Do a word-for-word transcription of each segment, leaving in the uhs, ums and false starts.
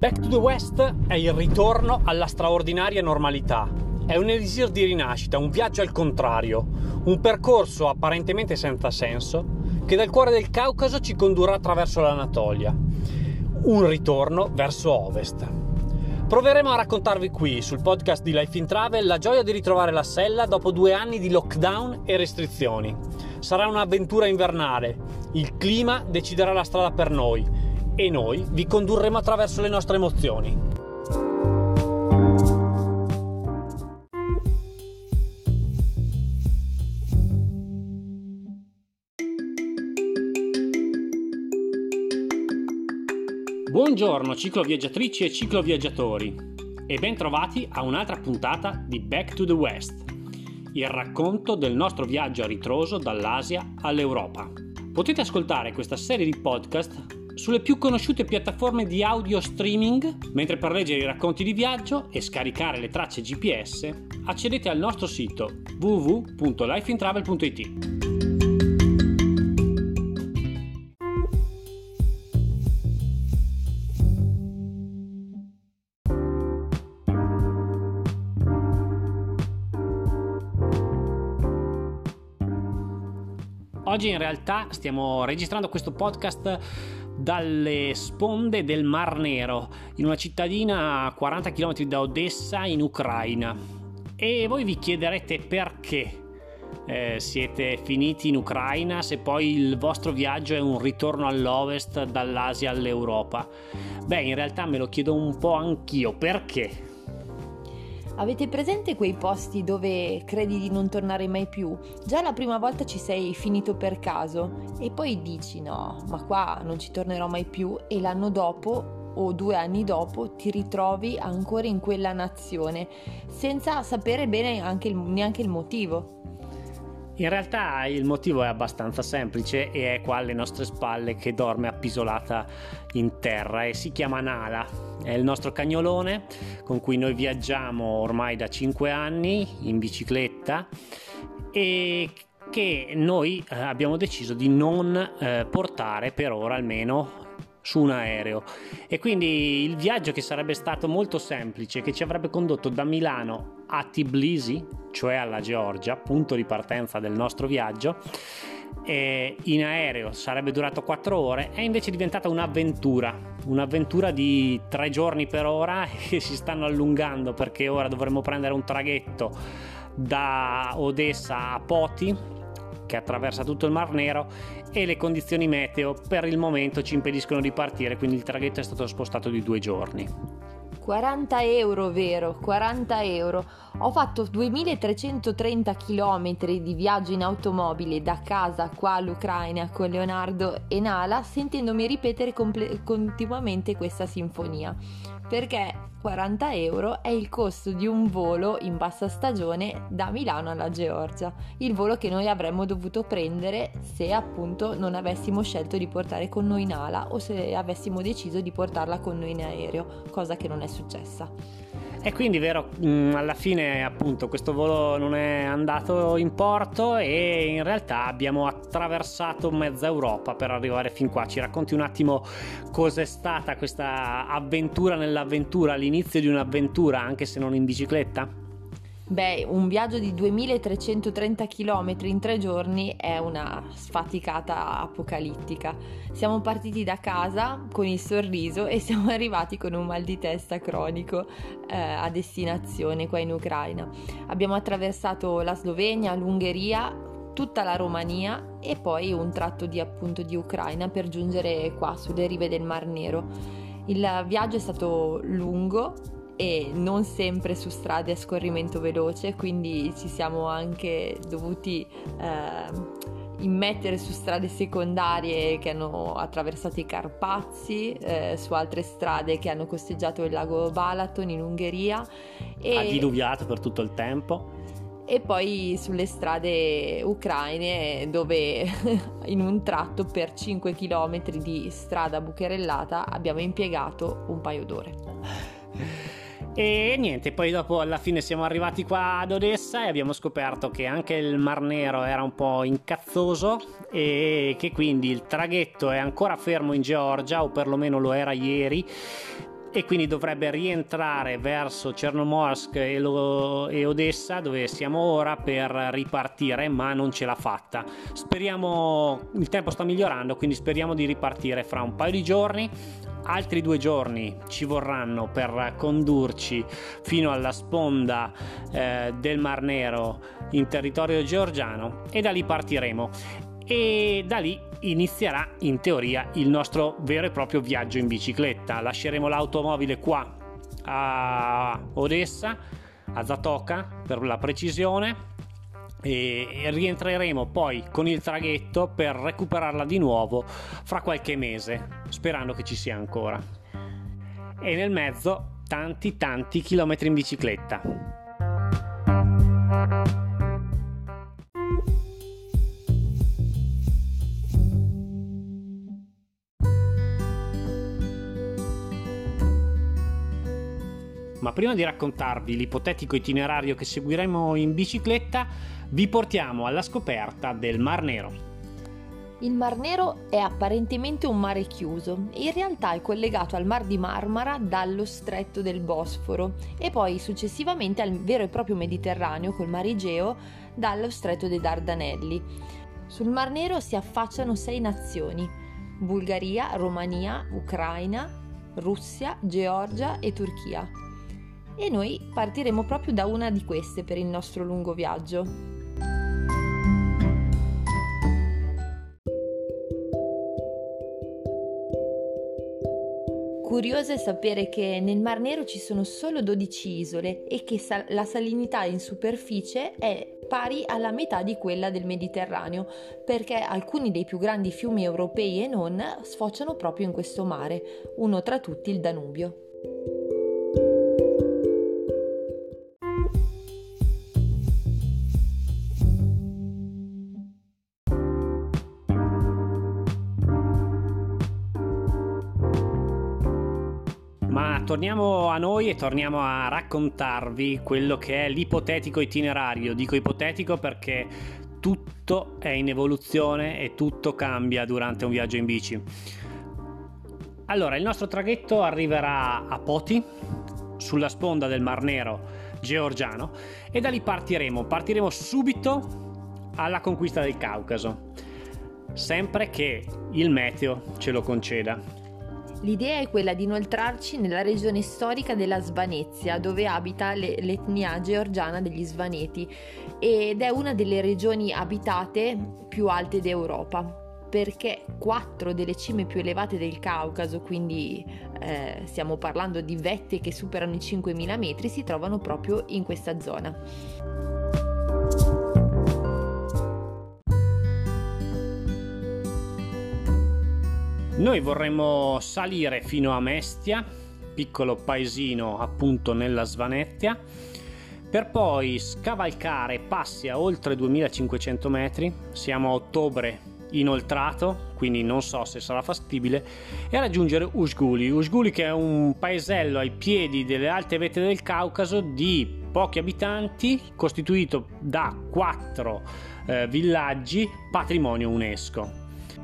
Back to the West è il ritorno alla straordinaria normalità. È un elisir di rinascita, un viaggio al contrario, un percorso apparentemente senza senso che dal cuore del Caucaso ci condurrà attraverso l'Anatolia. Un ritorno verso ovest. Proveremo a raccontarvi qui, sul podcast di Life in Travel, la gioia di ritrovare la sella dopo due anni di lockdown e restrizioni. Sarà un'avventura invernale. Il clima deciderà la strada per noi e noi vi condurremo attraverso le nostre emozioni. Buongiorno cicloviaggiatrici e cicloviaggiatori e ben trovati a un'altra puntata di Back to the West, il racconto del nostro viaggio a ritroso dall'Asia all'Europa. Potete ascoltare questa serie di podcast sulle più conosciute piattaforme di audio streaming, mentre per leggere i racconti di viaggio e scaricare le tracce G P S accedete al nostro sito w w w punto life in travel punto i t. Oggi in realtà stiamo registrando questo podcast dalle sponde del Mar Nero, in una cittadina a quaranta chilometri da Odessa, in Ucraina. E voi vi chiederete perché eh, siete finiti in Ucraina se poi il vostro viaggio è un ritorno all'ovest dall'Asia all'Europa. Beh, in realtà me lo chiedo un po' anch'io, perché? Avete presente quei posti dove credi di non tornare mai più? Già la prima volta ci sei finito per caso e poi dici no, ma qua non ci tornerò mai più, e l'anno dopo o due anni dopo ti ritrovi ancora in quella nazione senza sapere bene anche il, neanche il motivo. In realtà il motivo è abbastanza semplice e è qua alle nostre spalle che dorme appisolata in terra e si chiama Nala. È il nostro cagnolone con cui noi viaggiamo ormai da cinque anni in bicicletta e che noi eh, abbiamo deciso di non eh, portare per ora almeno su un aereo, e quindi il viaggio, che sarebbe stato molto semplice, che ci avrebbe condotto da Milano a Tbilisi, cioè alla Georgia, punto di partenza del nostro viaggio, e in aereo sarebbe durato quattro ore, è invece diventata un'avventura un'avventura di tre giorni per ora, che si stanno allungando perché ora dovremo prendere un traghetto da Odessa a Poti, che attraversa tutto il Mar Nero, e le condizioni meteo per il momento ci impediscono di partire, quindi il traghetto è stato spostato di due giorni. quaranta euro, vero? quaranta euro. Ho fatto duemilatrecentotrenta chilometri di viaggio in automobile da casa qua all'Ucraina con Leonardo e Nala, sentendomi ripetere comple- continuamente questa sinfonia, perché quaranta euro è il costo di un volo in bassa stagione da Milano alla Georgia, il volo che noi avremmo dovuto prendere se appunto non avessimo scelto di portare con noi Nala o se avessimo deciso di portarla con noi in aereo, cosa che non è successa. E quindi vero, alla fine appunto questo volo non è andato in porto e in realtà abbiamo attraversato mezza Europa per arrivare fin qua. Ci racconti un attimo cos'è stata questa avventura nell'avventura, l'inizio di un'avventura, anche se non in bicicletta? Beh, un viaggio di duemilatrecentotrenta chilometri in tre giorni è una sfaticata apocalittica. Siamo partiti da casa con il sorriso e siamo arrivati con un mal di testa cronico eh, a destinazione qua in Ucraina. Abbiamo attraversato la Slovenia, l'Ungheria, tutta la Romania e poi un tratto di appunto di Ucraina per giungere qua sulle rive del Mar Nero. Il viaggio è stato lungo e non sempre su strade a scorrimento veloce, quindi ci siamo anche dovuti eh, immettere su strade secondarie che hanno attraversato i Carpazi, eh, su altre strade che hanno costeggiato il lago Balaton in Ungheria e... ha diluviato per tutto il tempo. E poi sulle strade ucraine, dove in un tratto per cinque chilometri di strada bucherellata abbiamo impiegato un paio d'ore. E niente, poi dopo alla fine siamo arrivati qua ad Odessa e abbiamo scoperto che anche il Mar Nero era un po' incazzoso e che quindi il traghetto è ancora fermo in Georgia, o perlomeno lo era ieri, e quindi dovrebbe rientrare verso Chernomorsk e, lo, e Odessa, dove siamo ora, per ripartire, ma non ce l'ha fatta. Speriamo, il tempo sta migliorando, quindi speriamo di ripartire fra un paio di giorni. Altri due giorni ci vorranno per condurci fino alla sponda eh, del Mar Nero in territorio georgiano, e da lì partiremo, e da lì inizierà in teoria il nostro vero e proprio viaggio in bicicletta. Lasceremo l'automobile qua a Odessa, a Zatoka per la precisione, e rientreremo poi con il traghetto per recuperarla di nuovo fra qualche mese, sperando che ci sia ancora. E nel mezzo tanti tanti chilometri in bicicletta. Ma prima di raccontarvi l'ipotetico itinerario che seguiremo in bicicletta, vi portiamo alla scoperta del Mar Nero. Il Mar Nero è apparentemente un mare chiuso, in realtà è collegato al Mar di Marmara dallo stretto del Bosforo e poi successivamente al vero e proprio Mediterraneo col Mar Egeo dallo stretto dei Dardanelli. Sul Mar Nero si affacciano sei nazioni: Bulgaria, Romania, Ucraina, Russia, Georgia e Turchia. E noi partiremo proprio da una di queste per il nostro lungo viaggio. Curioso è sapere che nel Mar Nero ci sono solo dodici isole e che sal- la salinità in superficie è pari alla metà di quella del Mediterraneo, perché alcuni dei più grandi fiumi europei e non sfociano proprio in questo mare, uno tra tutti il Danubio. Torniamo a noi e torniamo a raccontarvi quello che è l'ipotetico itinerario. Dico ipotetico perché tutto è in evoluzione e tutto cambia durante un viaggio in bici. Allora, il nostro traghetto arriverà a Poti, sulla sponda del Mar Nero georgiano, e da lì partiremo. Partiremo subito alla conquista del Caucaso, sempre che il meteo ce lo conceda. L'idea è quella di inoltrarci nella regione storica della Svanezia, dove abita le, l'etnia georgiana degli Svaneti, ed è una delle regioni abitate più alte d'Europa, perché quattro delle cime più elevate del Caucaso, quindi eh, stiamo parlando di vette che superano i cinquemila metri, si trovano proprio in questa zona. Noi vorremmo salire fino a Mestia, piccolo paesino appunto nella Svanezia, per poi scavalcare passi a oltre duemilacinquecento metri. Siamo a ottobre inoltrato, quindi non so se sarà fattibile, e raggiungere Ujguli. Ujguli, che è un paesello ai piedi delle alte vette del Caucaso di pochi abitanti, costituito da quattro eh, villaggi patrimonio UNESCO.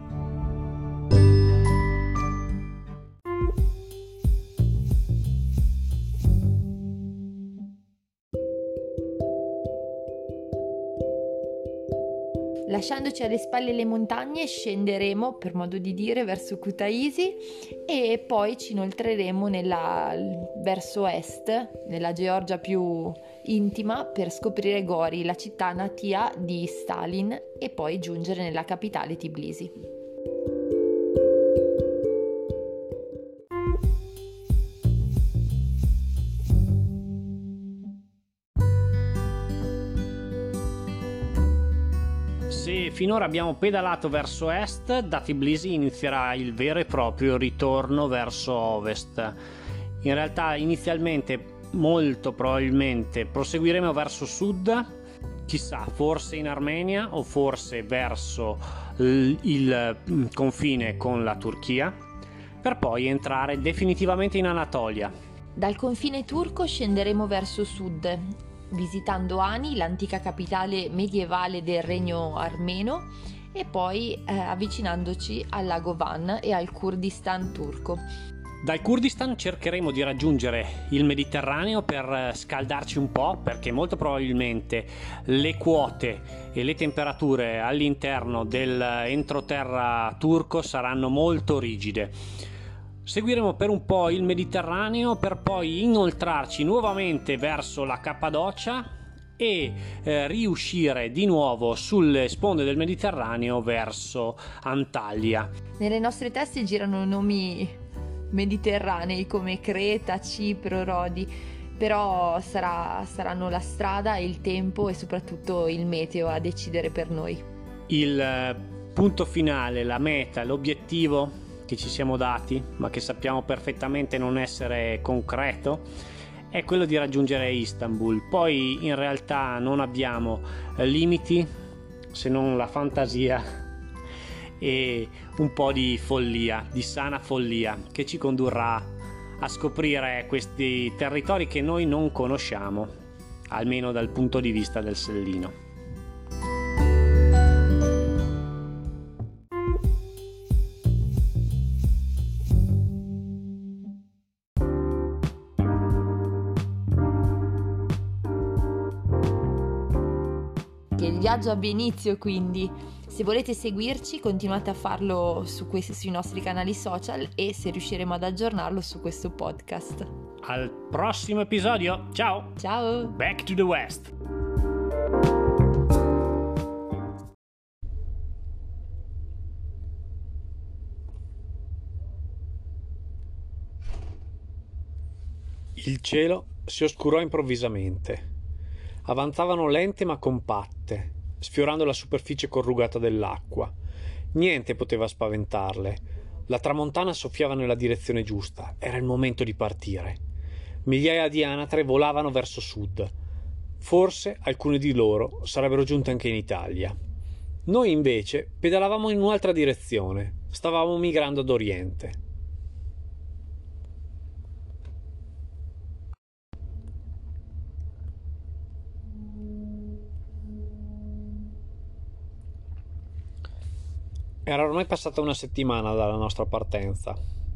Lasciandoci alle spalle le montagne, scenderemo, per modo di dire, verso Kutaisi e poi ci inoltreremo nella, verso est, nella Georgia più intima, per scoprire Gori, la città natia di Stalin, e poi giungere nella capitale Tbilisi. Se finora abbiamo pedalato verso est, da Tbilisi inizierà il vero e proprio ritorno verso ovest. In realtà inizialmente, molto probabilmente, proseguiremo verso sud, chissà, forse in Armenia o forse verso il confine con la Turchia, per poi entrare definitivamente in Anatolia. Dal confine turco scenderemo verso sud, visitando Ani, l'antica capitale medievale del regno armeno, e poi eh, avvicinandoci al lago Van e al Kurdistan turco. Dal Kurdistan cercheremo di raggiungere il Mediterraneo per scaldarci un po', perché molto probabilmente le quote e le temperature all'interno dell'entroterra turco saranno molto rigide. Seguiremo per un po' il Mediterraneo per poi inoltrarci nuovamente verso la Cappadocia e eh, riuscire di nuovo sulle sponde del Mediterraneo verso Antalya. Nelle nostre teste girano nomi mediterranei come Creta, Cipro, Rodi, però sarà, saranno la strada, il tempo e soprattutto il meteo a decidere per noi. Il eh, punto finale, la meta, l'obiettivo che ci siamo dati, ma che sappiamo perfettamente non essere concreto, è quello di raggiungere Istanbul. Poi in realtà non abbiamo eh, limiti se non la fantasia e un po' di follia, di sana follia, che ci condurrà a scoprire questi territori che noi non conosciamo, almeno dal punto di vista del Sellino. Che il viaggio abbia inizio, quindi se volete seguirci continuate a farlo su questi, sui nostri canali social, e se riusciremo ad aggiornarlo su questo podcast. Al prossimo episodio, ciao! Ciao! Back to the West! Il cielo si oscurò improvvisamente. Avanzavano lente ma compatte, sfiorando la superficie corrugata dell'acqua. Niente poteva spaventarle. La tramontana soffiava nella direzione giusta. Era il momento di partire. Migliaia di anatre volavano verso sud. Forse alcune di loro sarebbero giunte anche in Italia. Noi invece pedalavamo in un'altra direzione. Stavamo migrando ad oriente. Era ormai passata una settimana dalla nostra partenza.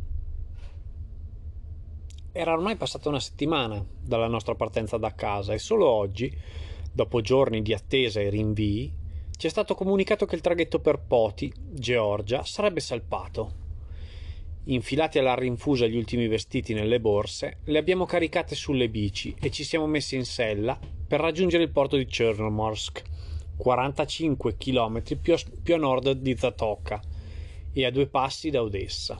Era ormai passata una settimana dalla nostra partenza da casa e solo oggi, dopo giorni di attesa e rinvii, ci è stato comunicato che il traghetto per Poti, Georgia, sarebbe salpato. Infilati alla rinfusa gli ultimi vestiti nelle borse, le abbiamo caricate sulle bici e ci siamo messi in sella per raggiungere il porto di Chernomorsk, quarantacinque chilometri più a, più a nord di Zatoka e a due passi da Odessa.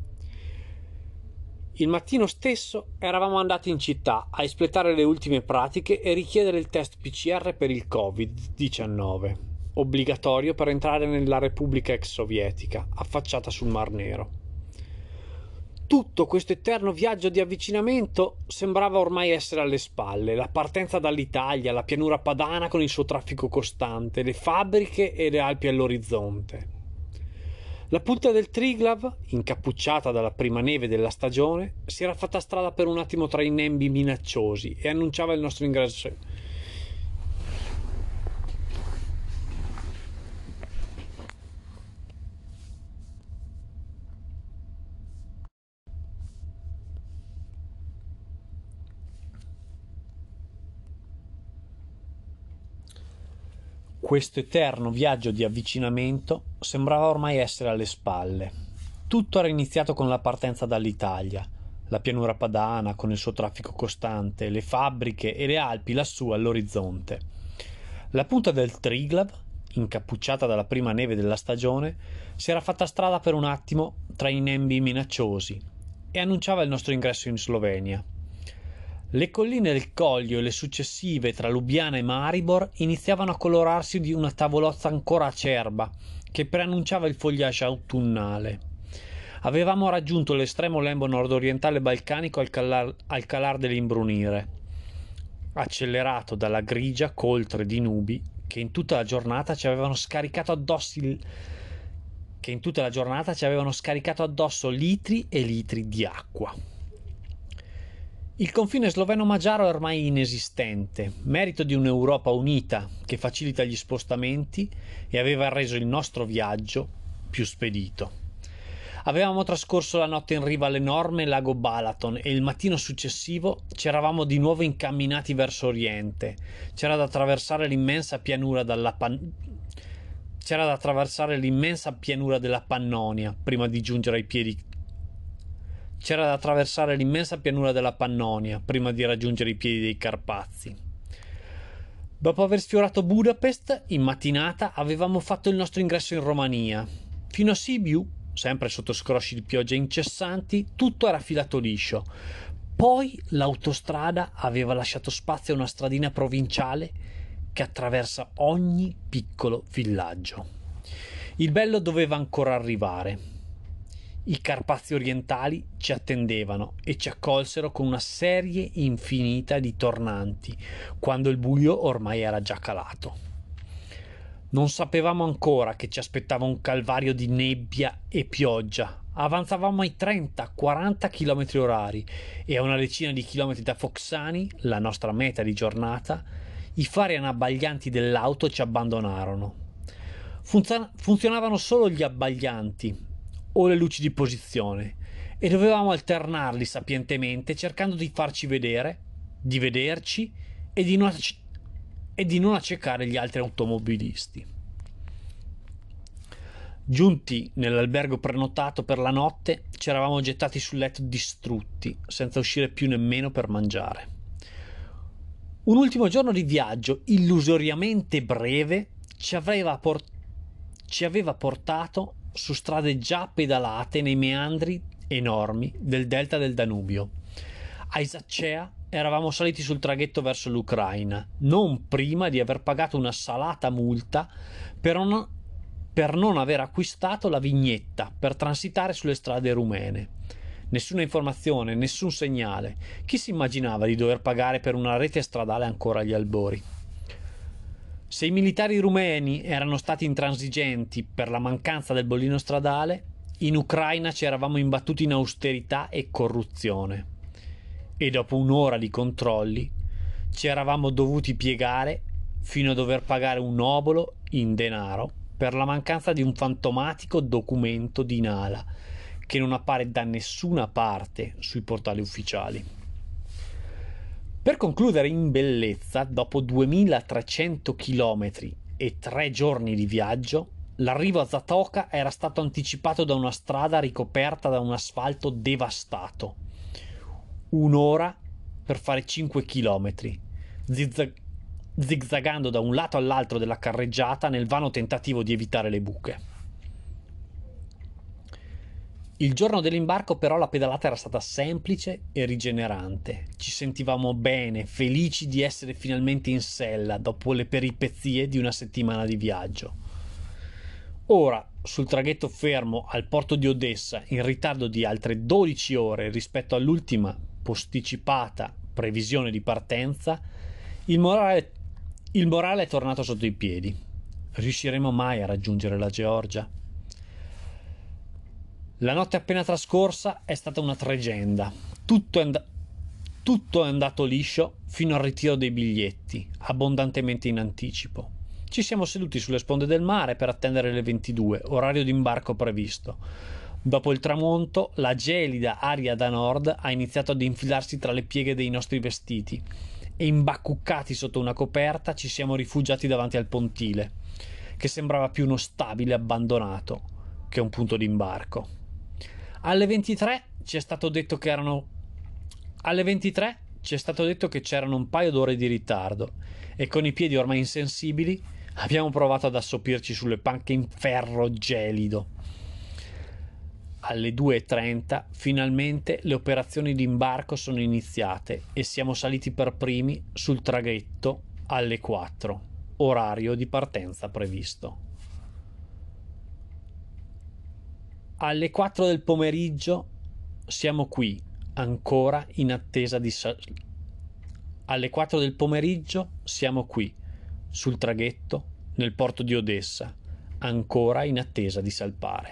Il mattino stesso eravamo andati in città a espletare le ultime pratiche e richiedere il test P C R per il covid diciannove, obbligatorio per entrare nella Repubblica ex sovietica, affacciata sul Mar Nero. Tutto questo eterno viaggio di avvicinamento sembrava ormai essere alle spalle. La partenza dall'Italia, la pianura padana con il suo traffico costante, le fabbriche e le Alpi all'orizzonte. La punta del Triglav, incappucciata dalla prima neve della stagione, si era fatta strada per un attimo tra i nembi minacciosi e annunciava il nostro ingresso. Questo eterno viaggio di avvicinamento sembrava ormai essere alle spalle. Tutto era iniziato con la partenza dall'Italia, la pianura padana con il suo traffico costante, le fabbriche e le Alpi lassù all'orizzonte. La punta del Triglav, incappucciata dalla prima neve della stagione, si era fatta strada per un attimo tra i nembi minacciosi e annunciava il nostro ingresso in Slovenia. Le colline del Coglio e le successive tra Lubiana e Maribor iniziavano a colorarsi di una tavolozza ancora acerba che preannunciava il fogliage autunnale. Avevamo raggiunto l'estremo lembo nord-orientale balcanico al calar, al calar dell'imbrunire, accelerato dalla grigia coltre di nubi che in tutta la giornata ci avevano scaricato addosso il, che in tutta la giornata ci avevano scaricato addosso litri e litri di acqua. Il confine sloveno-magiaro è ormai inesistente, merito di un'Europa unita che facilita gli spostamenti e aveva reso il nostro viaggio più spedito. Avevamo trascorso la notte in riva all'enorme lago Balaton e il mattino successivo ci eravamo di nuovo incamminati verso oriente. C'era da attraversare l'immensa pianura dalla Pan... C'era da attraversare l'immensa pianura della Pannonia prima di giungere ai piedi. C'era da attraversare l'immensa pianura della Pannonia prima di raggiungere i piedi dei Carpazi. Dopo aver sfiorato Budapest, in mattinata avevamo fatto il nostro ingresso in Romania. Fino a Sibiu, sempre sotto scrosci di pioggia incessanti, tutto era filato liscio. Poi l'autostrada aveva lasciato spazio a una stradina provinciale che attraversa ogni piccolo villaggio. Il bello doveva ancora arrivare. I Carpazi orientali ci attendevano e ci accolsero con una serie infinita di tornanti, quando il buio ormai era già calato. Non sapevamo ancora che ci aspettava un calvario di nebbia e pioggia. Avanzavamo ai trenta quaranta chilometri orari e a una decina di chilometri da Foxani, la nostra meta di giornata, i fari anabbaglianti dell'auto ci abbandonarono. Funzion- funzionavano solo gli abbaglianti o le luci di posizione e dovevamo alternarli sapientemente, cercando di farci vedere, di vederci e di non, ac- e di non accecare gli altri automobilisti. Giunti nell'albergo prenotato per la notte, ci eravamo gettati sul letto distrutti, senza uscire più nemmeno per mangiare. Un ultimo giorno di viaggio illusoriamente breve ci aveva, por- ci aveva portato su strade già pedalate nei meandri enormi del delta del Danubio. A Isacea eravamo saliti sul traghetto verso l'Ucraina, non prima di aver pagato una salata multa per non, per non aver acquistato la vignetta per transitare sulle strade rumene. Nessuna informazione, nessun segnale. Chi si immaginava di dover pagare per una rete stradale ancora agli albori? Se i militari rumeni erano stati intransigenti per la mancanza del bollino stradale, in Ucraina ci eravamo imbattuti in austerità e corruzione. E dopo un'ora di controlli ci eravamo dovuti piegare fino a dover pagare un obolo in denaro per la mancanza di un fantomatico documento di Nala che non appare da nessuna parte sui portali ufficiali. Per concludere in bellezza, dopo duemilatrecento chilometri e tre giorni di viaggio, l'arrivo a Zatoka era stato anticipato da una strada ricoperta da un asfalto devastato. Un'ora per fare cinque chilometri, zigzag- zigzagando da un lato all'altro della carreggiata nel vano tentativo di evitare le buche. Il giorno dell'imbarco però la pedalata era stata semplice e rigenerante. Ci sentivamo bene, felici di essere finalmente in sella dopo le peripezie di una settimana di viaggio. Ora, sul traghetto fermo al porto di Odessa, in ritardo di altre dodici ore rispetto all'ultima posticipata previsione di partenza, il morale, il morale è tornato sotto i piedi. Riusciremo mai a raggiungere la Georgia? La notte appena trascorsa è stata una tregenda. Tutto è, and- tutto è andato liscio fino al ritiro dei biglietti, abbondantemente in anticipo. Ci siamo seduti sulle sponde del mare per attendere le ventidue, orario di imbarco previsto. Dopo il tramonto, la gelida aria da nord ha iniziato ad infilarsi tra le pieghe dei nostri vestiti e, imbacuccati sotto una coperta, ci siamo rifugiati davanti al pontile, che sembrava più uno stabile abbandonato che un punto di imbarco. Alle ventitré ci è stato detto che erano alle ventitré ci è stato detto che c'erano un paio d'ore di ritardo e con i piedi ormai insensibili abbiamo provato ad assopirci sulle panche in ferro gelido. Alle due e trenta finalmente le operazioni di imbarco sono iniziate e siamo saliti per primi sul traghetto alle quattro, orario di partenza previsto. Alle quattro del pomeriggio siamo qui, ancora in attesa di sal- alle quattro del pomeriggio siamo qui, sul traghetto, nel porto di Odessa, ancora in attesa di salpare.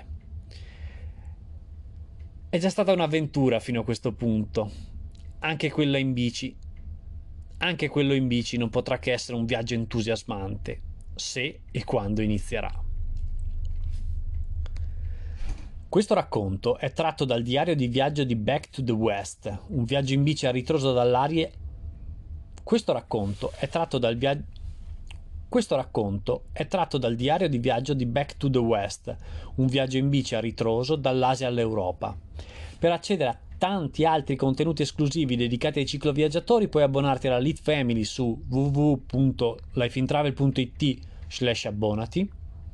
È già stata un'avventura fino a questo punto, anche quella in bici. Anche quello in bici non potrà che essere un viaggio entusiasmante, se e quando inizierà. Questo racconto è tratto dal diario di viaggio di Back to the West, un viaggio in bici a ritroso dall'aria. Questo racconto è tratto dal viaggio. Questo racconto è tratto dal diario di viaggio di Back to the West, un viaggio in bici a ritroso dall'Asia all'Europa. Per accedere a tanti altri contenuti esclusivi dedicati ai cicloviaggiatori puoi abbonarti alla Lead Family su w w w punto lifeintravel punto i t slash abbonati,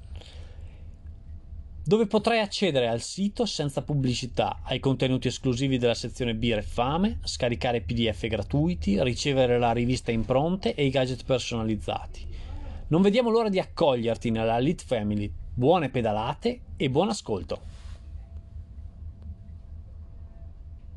dove potrai accedere al sito senza pubblicità, ai contenuti esclusivi della sezione Birra e Fame, scaricare P D F gratuiti, ricevere la rivista impronte e i gadget personalizzati. Non vediamo l'ora di accoglierti nella Lead Family. Buone pedalate e buon ascolto!